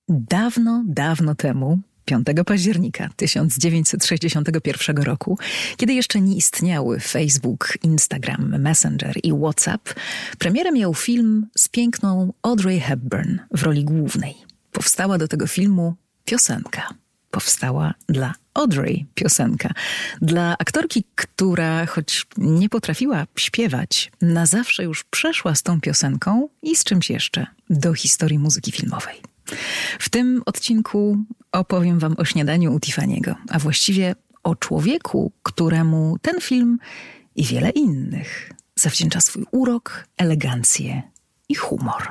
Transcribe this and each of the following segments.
Dawno, dawno temu, 5 października 1961 roku, kiedy jeszcze nie istniały Facebook, Instagram, Messenger i WhatsApp, premierę miał film z piękną Audrey Hepburn w roli głównej. Powstała do tego filmu piosenka. Powstała dla Audrey piosenka. Dla aktorki, która choć nie potrafiła śpiewać, na zawsze już przeszła z tą piosenką i z czymś jeszcze do historii muzyki filmowej. W tym odcinku opowiem wam o śniadaniu u Tiffany'ego, a właściwie o człowieku, któremu ten film i wiele innych zawdzięcza swój urok, elegancję i humor.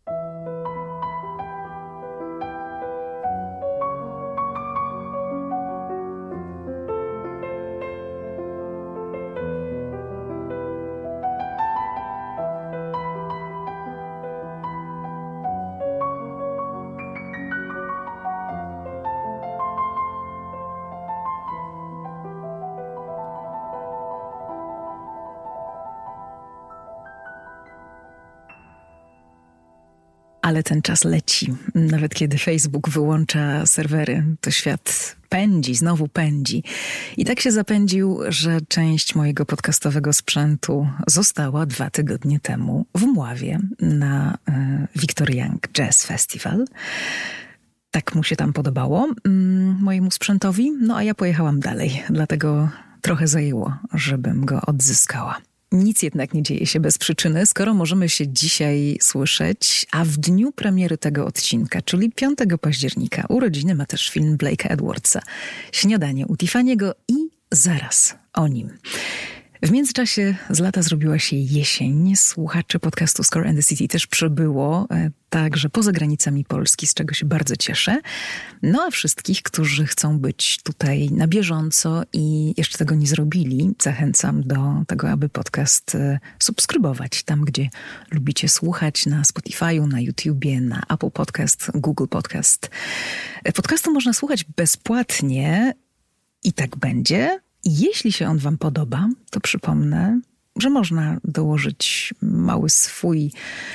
Ale ten czas leci. Nawet kiedy Facebook wyłącza serwery, to świat pędzi, znowu pędzi. I tak się zapędził, że część mojego podcastowego sprzętu została 2 tygodnie temu w Mławie na Victor Young Jazz Festival. Tak mu się tam podobało, mojemu sprzętowi. No a ja pojechałam dalej, dlatego trochę zajęło, żebym go odzyskała. Nic jednak nie dzieje się bez przyczyny, skoro możemy się dzisiaj słyszeć, a w dniu premiery tego odcinka, czyli 5 października, urodziny ma też film Blake'a Edwardsa, Śniadanie u Tiffany'ego i zaraz o nim. W międzyczasie z lata zrobiła się jesień. Słuchaczy podcastu Score and the City też przybyło, także poza granicami Polski, z czego się bardzo cieszę. No a wszystkich, którzy chcą być tutaj na bieżąco i jeszcze tego nie zrobili, zachęcam do tego, aby podcast subskrybować tam, gdzie lubicie słuchać, na Spotify'u, na YouTubie, na Apple Podcast, Google Podcast. Podcastu można słuchać bezpłatnie i tak będzie. Jeśli się on wam podoba, to przypomnę, że można dołożyć mały swój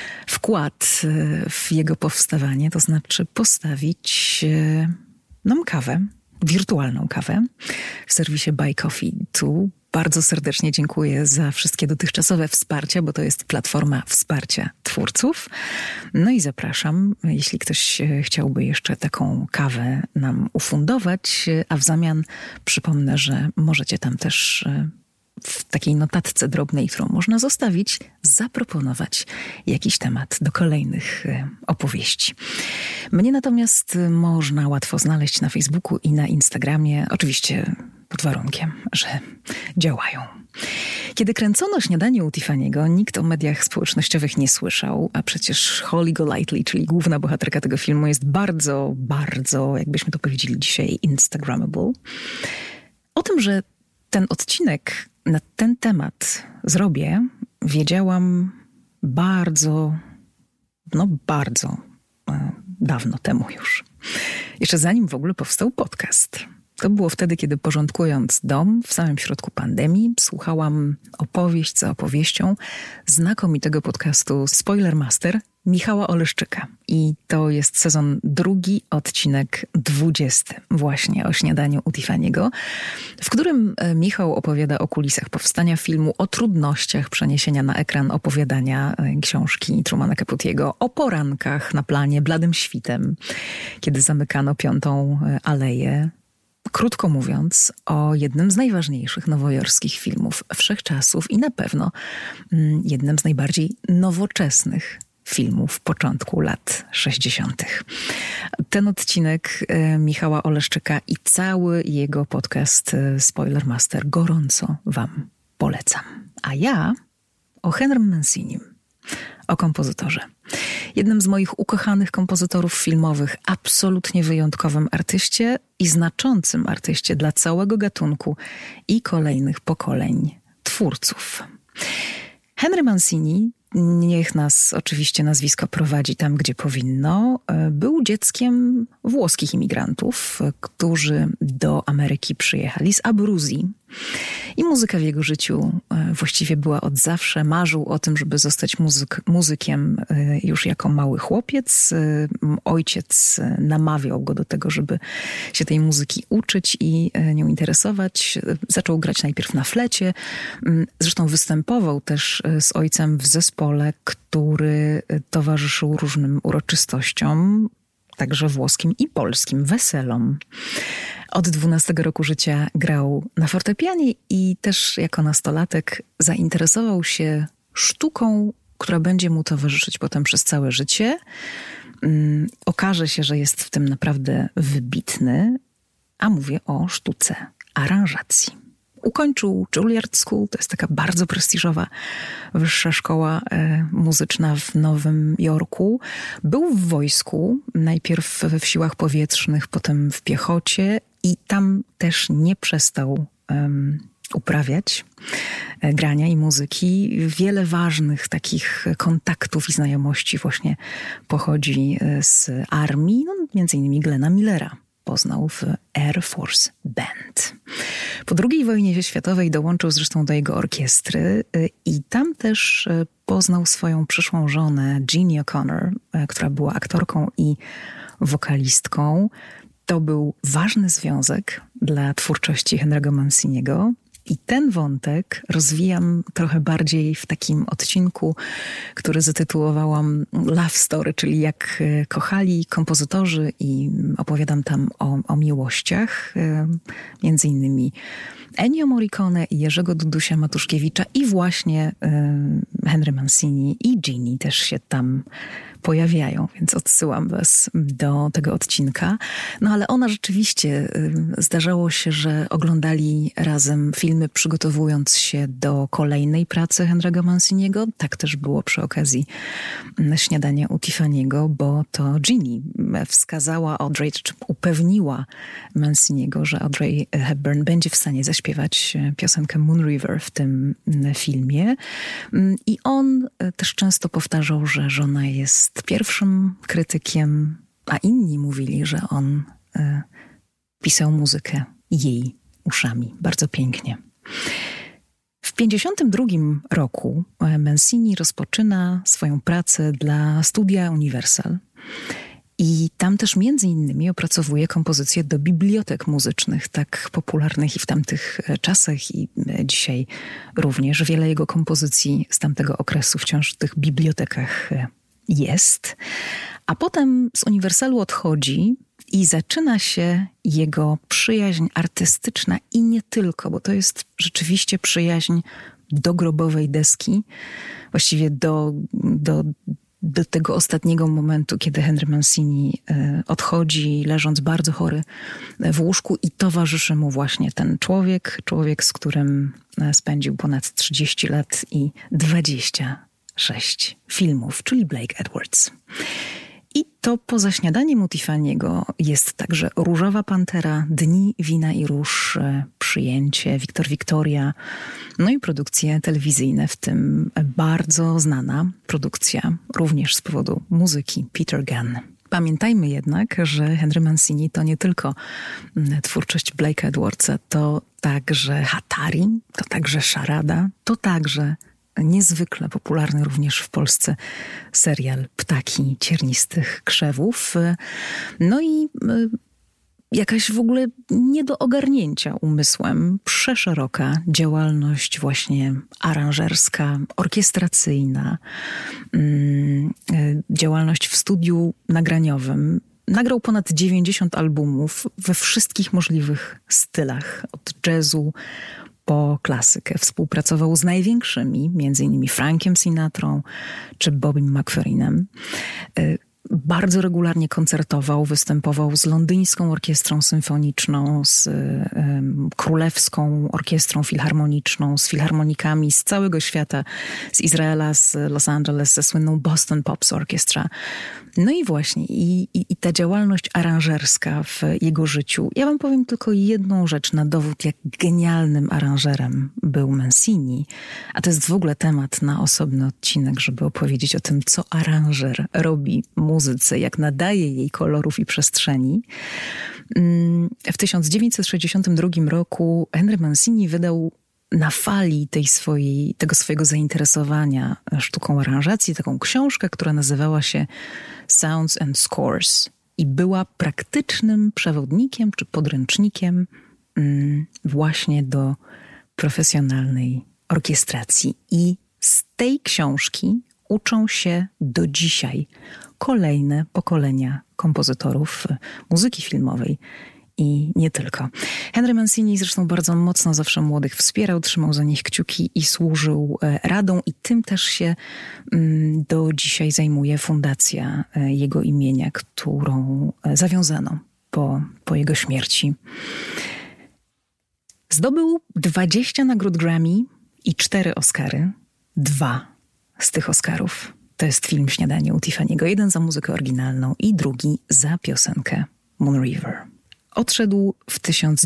wkład w jego powstawanie, to znaczy postawić nam kawę, wirtualną kawę w serwisie Buy Coffee. Tu bardzo serdecznie dziękuję za wszystkie dotychczasowe wsparcia, bo to jest platforma wsparcia twórców. No i zapraszam, jeśli ktoś chciałby jeszcze taką kawę nam ufundować, a w zamian przypomnę, że możecie tam też w takiej notatce drobnej, którą można zostawić, zaproponować jakiś temat do kolejnych opowieści. Mnie natomiast można łatwo znaleźć na Facebooku i na Instagramie, oczywiście pod warunkiem, że działają. Kiedy kręcono Śniadanie u Tiffany'ego, nikt o mediach społecznościowych nie słyszał, a przecież Holly Golightly, czyli główna bohaterka tego filmu, jest bardzo, bardzo, jakbyśmy to powiedzieli dzisiaj, instagrammable. O tym, że ten odcinek na ten temat zrobię, wiedziałam bardzo dawno temu już. Jeszcze zanim w ogóle powstał podcast. To było wtedy, kiedy porządkując dom w samym środku pandemii, słuchałam opowieść za opowieścią znakomitego podcastu Spoilermaster Michała Oleszczyka. I to jest sezon 2, odcinek 20, właśnie o Śniadaniu u Tiffany'ego, w którym Michał opowiada o kulisach powstania filmu, o trudnościach przeniesienia na ekran opowiadania książki Trumana Caputiego, o porankach na planie bladym świtem, kiedy zamykano 5. aleję. Krótko mówiąc, o jednym z najważniejszych nowojorskich filmów wszechczasów i na pewno jednym z najbardziej nowoczesnych filmów początku lat 60. Ten odcinek Michała Oleszczyka i cały jego podcast Spoilermaster gorąco wam polecam. A ja o Henrym Mancinim, o kompozytorze. Jednym z moich ukochanych kompozytorów filmowych, absolutnie wyjątkowym artyście i znaczącym artyście dla całego gatunku i kolejnych pokoleń twórców. Henry Mancini niech nas oczywiście nazwisko prowadzi tam, gdzie powinno. Był dzieckiem włoskich imigrantów, którzy do Ameryki przyjechali z Abruzji. I muzyka w jego życiu właściwie była od zawsze. Marzył o tym, żeby zostać muzykiem już jako mały chłopiec. Ojciec namawiał go do tego, żeby się tej muzyki uczyć i nią interesować. Zaczął grać najpierw na flecie. Zresztą występował też z ojcem w zespole, który towarzyszył różnym uroczystościom, także włoskim i polskim, weselom. Od 12 roku życia grał na fortepianie i też jako nastolatek zainteresował się sztuką, która będzie mu towarzyszyć potem przez całe życie. Okaże się, że jest w tym naprawdę wybitny, a mówię o sztuce aranżacji. Ukończył Juilliard School, to jest taka bardzo prestiżowa wyższa szkoła muzyczna w Nowym Jorku. Był w wojsku, najpierw w siłach powietrznych, potem w piechocie i tam też nie przestał uprawiać grania i muzyki. Wiele ważnych takich kontaktów i znajomości właśnie pochodzi z armii, no, między innymi Glena Millera poznał w Air Force Band. Po II wojnie światowej dołączył zresztą do jego orkiestry i tam też poznał swoją przyszłą żonę Jeannie O'Connor, która była aktorką i wokalistką. To był ważny związek dla twórczości Henry'ego Manciniego. I ten wątek rozwijam trochę bardziej w takim odcinku, który zatytułowałam Love Story, czyli jak kochali kompozytorzy, i opowiadam tam o miłościach, między innymi Ennio Morricone i Jerzego Dudusia Matuszkiewicza i właśnie Henry Mancini i Jeannie też się tam pojawiają, więc odsyłam was do tego odcinka. No ale ona rzeczywiście, zdarzało się, że oglądali razem filmy, przygotowując się do kolejnej pracy Henry'ego Manciniego. Tak też było przy okazji Śniadania u Tiffany'ego, bo to Jeannie wskazała Audrey, czy upewniła Manciniego, że Audrey Hepburn będzie w stanie zaśpiewać piosenkę Moon River w tym filmie. I on też często powtarzał, że żona jest pierwszym krytykiem, a inni mówili, że on pisał muzykę jej uszami. Bardzo pięknie. W 1952 roku Mancini rozpoczyna swoją pracę dla studia Universal i tam też między innymi opracowuje kompozycje do bibliotek muzycznych, tak popularnych i w tamtych czasach i dzisiaj również. Wiele jego kompozycji z tamtego okresu wciąż w tych bibliotekach jest. A potem z Uniwersalu odchodzi i zaczyna się jego przyjaźń artystyczna i nie tylko, bo to jest rzeczywiście przyjaźń do grobowej deski, właściwie do tego ostatniego momentu, kiedy Henry Mancini odchodzi, leżąc bardzo chory w łóżku, i towarzyszy mu właśnie ten człowiek, z którym spędził ponad 30 lat i 26 filmów, czyli Blake Edwards. I to poza Śniadaniem u Tiffany'ego jest także Różowa Pantera, Dni wina i róż, Przyjęcie, Wiktoria, no i produkcje telewizyjne, w tym bardzo znana produkcja również z powodu muzyki Peter Gunn. Pamiętajmy jednak, że Henry Mancini to nie tylko twórczość Blake'a Edwardsa, to także Hatari, to także Szarada, to także niezwykle popularny również w Polsce serial Ptaki ciernistych krzewów. No i jakaś w ogóle nie do ogarnięcia umysłem przeszeroka działalność właśnie aranżerska, orkiestracyjna, działalność w studiu nagraniowym. Nagrał ponad 90 albumów we wszystkich możliwych stylach, od jazzu po klasykę. Współpracował z największymi, między innymi Frankiem Sinatrą czy Bobbym McFerrinem. Bardzo regularnie koncertował, występował z Londyńską Orkiestrą Symfoniczną, z Królewską Orkiestrą Filharmoniczną, z filharmonikami z całego świata, z Izraela, z Los Angeles, ze słynną Boston Pops Orchestra. No i właśnie, i ta działalność aranżerska w jego życiu. Ja wam powiem tylko jedną rzecz na dowód, jak genialnym aranżerem był Mancini. A to jest w ogóle temat na osobny odcinek, żeby opowiedzieć o tym, co aranżer robi muzyce, jak nadaje jej kolorów i przestrzeni. W 1962 roku Henry Mancini wydał na fali tego swojego zainteresowania sztuką aranżacji taką książkę, która nazywała się Sounds and Scores i była praktycznym przewodnikiem czy podręcznikiem właśnie do profesjonalnej orkiestracji. I z tej książki uczą się do dzisiaj kolejne pokolenia kompozytorów muzyki filmowej i nie tylko. Henry Mancini zresztą bardzo mocno zawsze młodych wspierał, trzymał za nich kciuki i służył radą i tym też się do dzisiaj zajmuje fundacja jego imienia, którą zawiązano po jego śmierci. Zdobył 20 nagród Grammy i 4 Oscary. 2 z tych Oscarów to jest film Śniadanie u Tiffany'ego. Jeden za muzykę oryginalną i drugi za piosenkę Moon River. Odszedł w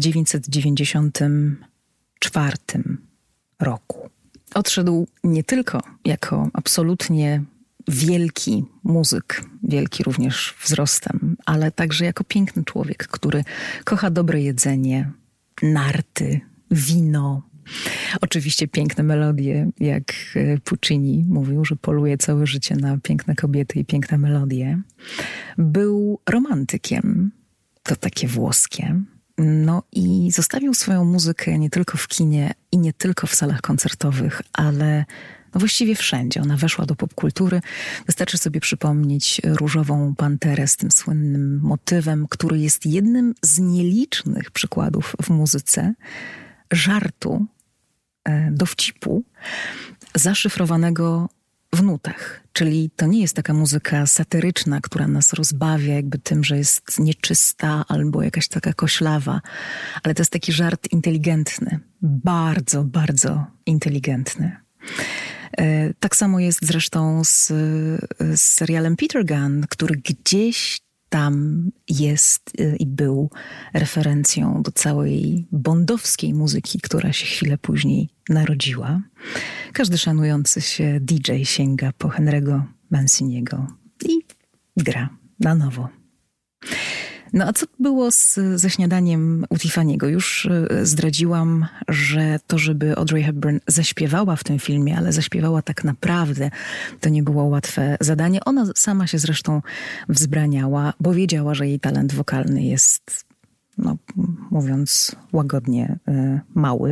1994 roku. Odszedł nie tylko jako absolutnie wielki muzyk, wielki również wzrostem, ale także jako piękny człowiek, który kocha dobre jedzenie, narty, wino. Oczywiście piękne melodie, jak Puccini mówił, że poluje całe życie na piękne kobiety i piękne melodie. Był romantykiem, to takie włoskie. No i zostawił swoją muzykę nie tylko w kinie i nie tylko w salach koncertowych, ale no właściwie wszędzie. Ona weszła do popkultury. Wystarczy sobie przypomnieć Różową Panterę z tym słynnym motywem, który jest jednym z nielicznych przykładów w muzyce żartu, dowcipu zaszyfrowanego w nutach. Czyli to nie jest taka muzyka satyryczna, która nas rozbawia jakby tym, że jest nieczysta albo jakaś taka koślawa, ale to jest taki żart inteligentny. Bardzo, bardzo inteligentny. Tak samo jest zresztą z serialem Peter Gunn, który gdzieś tam jest i był referencją do całej bondowskiej muzyki, która się chwilę później narodziła. Każdy szanujący się DJ sięga po Henry'ego Manciniego i gra na nowo. No a co było ze Śniadaniem u Tiffany'ego? Już zdradziłam, że to, żeby Audrey Hepburn zaśpiewała w tym filmie, ale zaśpiewała tak naprawdę, to nie było łatwe zadanie. Ona sama się zresztą wzbraniała, bo wiedziała, że jej talent wokalny jest, no mówiąc łagodnie, mały.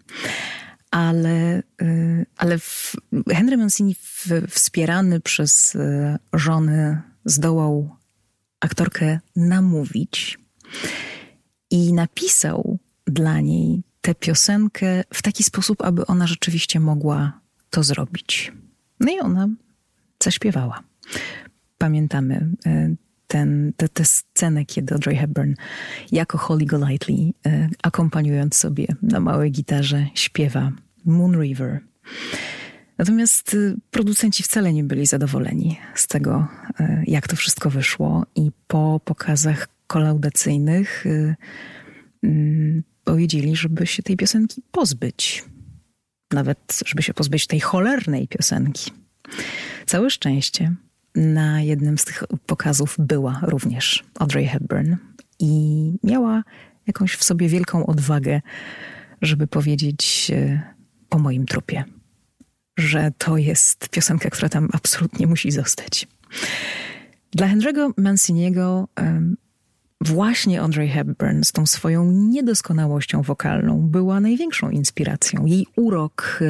Ale Henry Mancini wspierany przez żony zdołał aktorkę namówić i napisał dla niej tę piosenkę w taki sposób, aby ona rzeczywiście mogła to zrobić. No i ona zaśpiewała. Pamiętamy tę scenę, kiedy Audrey Hepburn jako Holly Golightly, akompaniując sobie na małej gitarze, śpiewa Moon River. Natomiast producenci wcale nie byli zadowoleni z tego, jak to wszystko wyszło i po pokazach kolaudacyjnych powiedzieli, żeby się tej piosenki pozbyć. Nawet, żeby się pozbyć tej cholernej piosenki. Całe szczęście na jednym z tych pokazów była również Audrey Hepburn i miała jakąś w sobie wielką odwagę, żeby powiedzieć po moim trupie, że to jest piosenka, która tam absolutnie musi zostać. Dla Henry'ego Manciniego właśnie Audrey Hepburn z tą swoją niedoskonałością wokalną była największą inspiracją. Jej urok,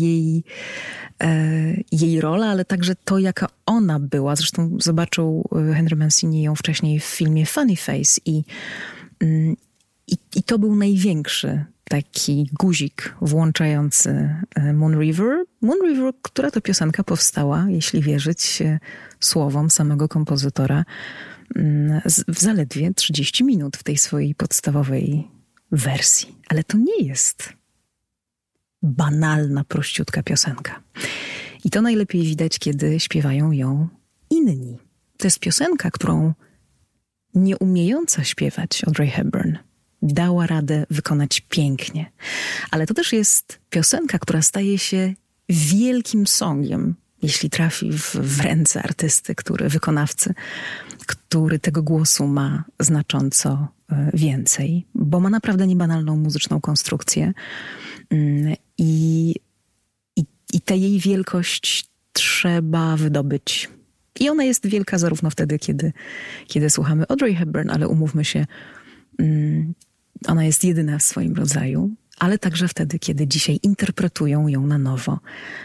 jej rola, ale także to, jaka ona była. Zresztą zobaczył Henry Mancini ją wcześniej w filmie Funny Face i to był największy taki guzik włączający Moon River. Moon River, która to piosenka powstała, jeśli wierzyć słowom samego kompozytora, w zaledwie 30 minut w tej swojej podstawowej wersji. Ale to nie jest banalna, prościutka piosenka. I to najlepiej widać, kiedy śpiewają ją inni. to jest piosenka, którą nieumiejąca śpiewać Audrey Hepburn dała radę wykonać pięknie. Ale to też jest piosenka, która staje się wielkim songiem, jeśli trafi w ręce artysty, wykonawcy, który tego głosu ma znacząco więcej, bo ma naprawdę niebanalną muzyczną konstrukcję i tę jej wielkość trzeba wydobyć. I ona jest wielka zarówno wtedy, kiedy słuchamy Audrey Hepburn, ale umówmy się, ona jest jedyna w swoim rodzaju, ale także wtedy, kiedy dzisiaj interpretują ją na nowo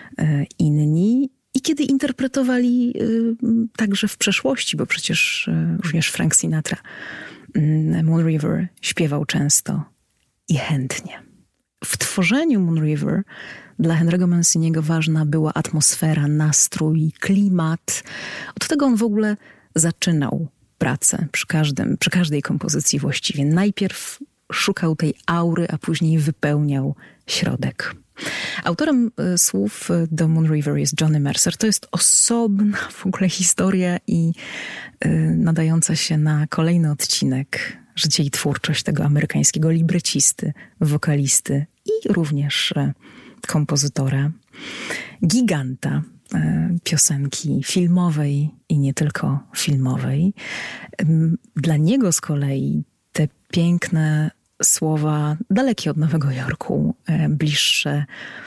inni i kiedy interpretowali także w przeszłości, bo przecież również Frank Sinatra Moon River śpiewał często i chętnie. W tworzeniu Moon River dla Henry'ego Manciniego ważna była atmosfera, nastrój, klimat. Od tego on w ogóle zaczynał pracę przy każdej kompozycji właściwie. Najpierw szukał tej aury, a później wypełniał środek. Autorem słów do Moon River jest Johnny Mercer. To jest osobna w ogóle historia i nadająca się na kolejny odcinek życie i twórczość tego amerykańskiego librecisty, wokalisty i również kompozytora, giganta piosenki filmowej i nie tylko filmowej. Dla niego z kolei te piękne słowa dalekie od Nowego Jorku, bliższe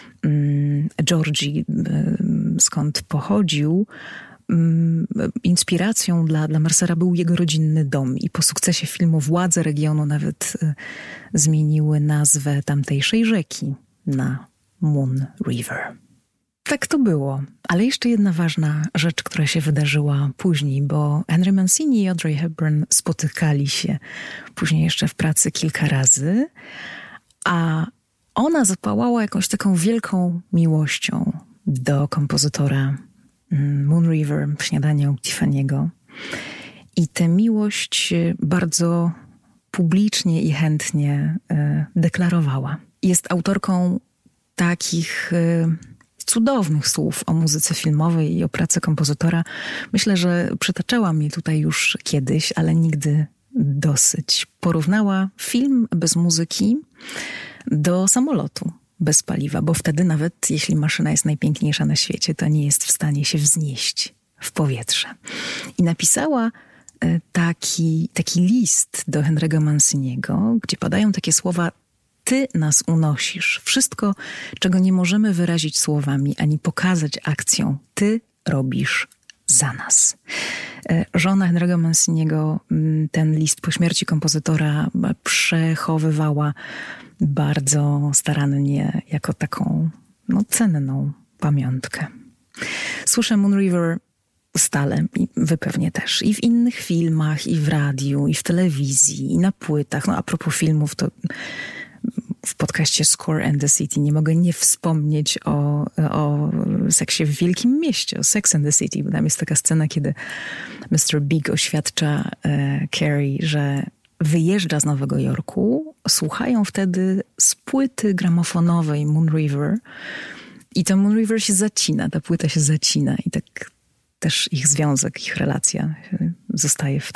Georgii, skąd pochodził, inspiracją dla Mercera był jego rodzinny dom i po sukcesie filmu władze regionu nawet zmieniły nazwę tamtejszej rzeki na Moon River. Tak to było, ale jeszcze jedna ważna rzecz, która się wydarzyła później, bo Henry Mancini i Audrey Hepburn spotykali się później jeszcze w pracy kilka razy, a ona zapałała jakąś taką wielką miłością do kompozytora Moon River, Śniadania u Tiffany'ego. I tę miłość bardzo publicznie i chętnie deklarowała. Jest autorką takich cudownych słów o muzyce filmowej i o pracy kompozytora. Myślę, że przytaczałam je tutaj już kiedyś, ale nigdy dosyć. Porównała film bez muzyki do samolotu bez paliwa, bo wtedy nawet jeśli maszyna jest najpiękniejsza na świecie, to nie jest w stanie się wznieść w powietrze. I napisała taki list do Henry'ego Manciniego, gdzie padają takie słowa: ty nas unosisz. Wszystko, czego nie możemy wyrazić słowami, ani pokazać akcją, ty robisz za nas. Żona Henry'ego Manciniego ten list po śmierci kompozytora przechowywała bardzo starannie jako taką cenną pamiątkę. Słyszę Moon River stale i wy pewnie też. I w innych filmach, i w radiu, i w telewizji, i na płytach. A propos filmów, to w podcaście Score and the City nie mogę nie wspomnieć o seksie w Wielkim Mieście, o Sex and the City, bo tam jest taka scena, kiedy Mr. Big oświadcza Carrie, że wyjeżdża z Nowego Jorku, słuchają wtedy z płyty gramofonowej Moon River i to Moon River się zacina, ta płyta się zacina i tak też ich związek, ich relacja zostaje w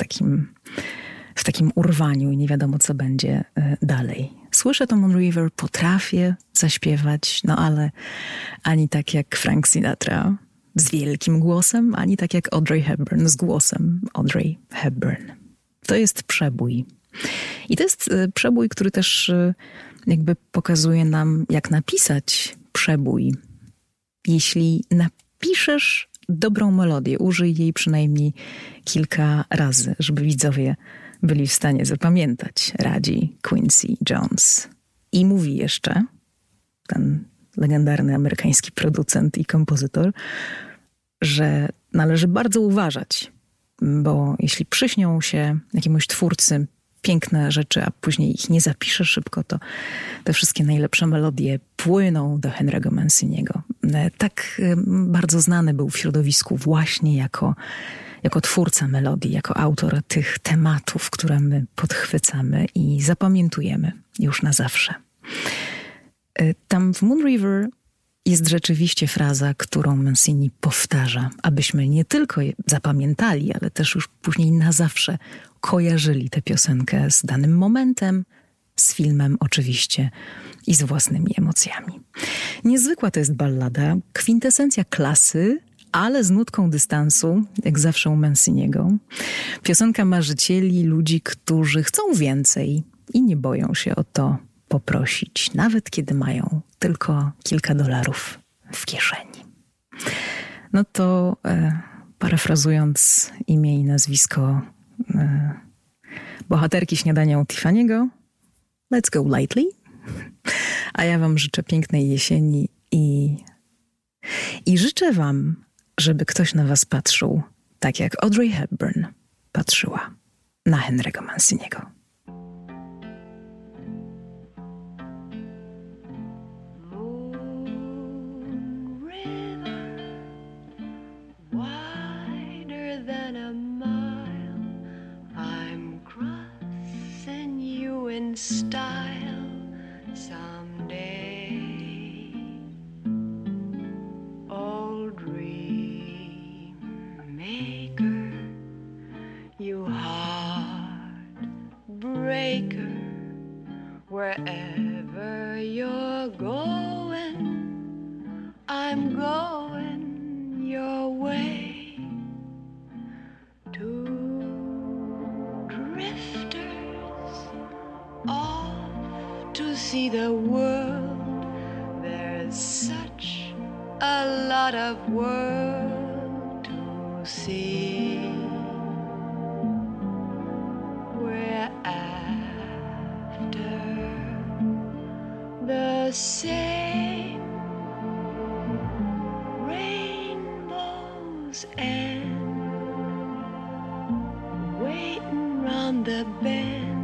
takim urwaniu i nie wiadomo, co będzie dalej. Słyszę to Moon River, potrafię zaśpiewać, ale ani tak jak Frank Sinatra z wielkim głosem, ani tak jak Audrey Hepburn z głosem Audrey Hepburn. To jest przebój. I to jest przebój, który też jakby pokazuje nam, jak napisać przebój. Jeśli napiszesz dobrą melodię, użyj jej przynajmniej kilka razy, żeby widzowie byli w stanie zapamiętać, radzi Quincy Jones. I mówi jeszcze ten legendarny amerykański producent i kompozytor, że należy bardzo uważać, bo jeśli przyśnią się jakiemuś twórcy piękne rzeczy, a później ich nie zapisze szybko, to te wszystkie najlepsze melodie płyną do Henry'ego Manciniego. Tak bardzo znany był w środowisku właśnie jako twórca melodii, jako autor tych tematów, które my podchwycamy i zapamiętujemy już na zawsze. Tam w Moon River jest rzeczywiście fraza, którą Mancini powtarza, abyśmy nie tylko je zapamiętali, ale też już później na zawsze kojarzyli tę piosenkę z danym momentem, z filmem oczywiście i z własnymi emocjami. Niezwykła to jest ballada, kwintesencja klasy, ale z nutką dystansu, jak zawsze u Manciniego. Piosenka marzycieli, ludzi, którzy chcą więcej i nie boją się o to poprosić, nawet kiedy mają tylko kilka dolarów w kieszeni. No to parafrazując imię i nazwisko bohaterki śniadania u Tiffany'ego, let's go lightly. A ja wam życzę pięknej jesieni i życzę wam, żeby ktoś na was patrzył tak jak Audrey Hepburn patrzyła na Henry'ego Manciniego. Style someday, old dream maker, you heartbreaker, wherever you're going, I'm going your way. Two drifters off to see the world. There's such a lot of world to see. We're after the same rainbows and waiting round the bend.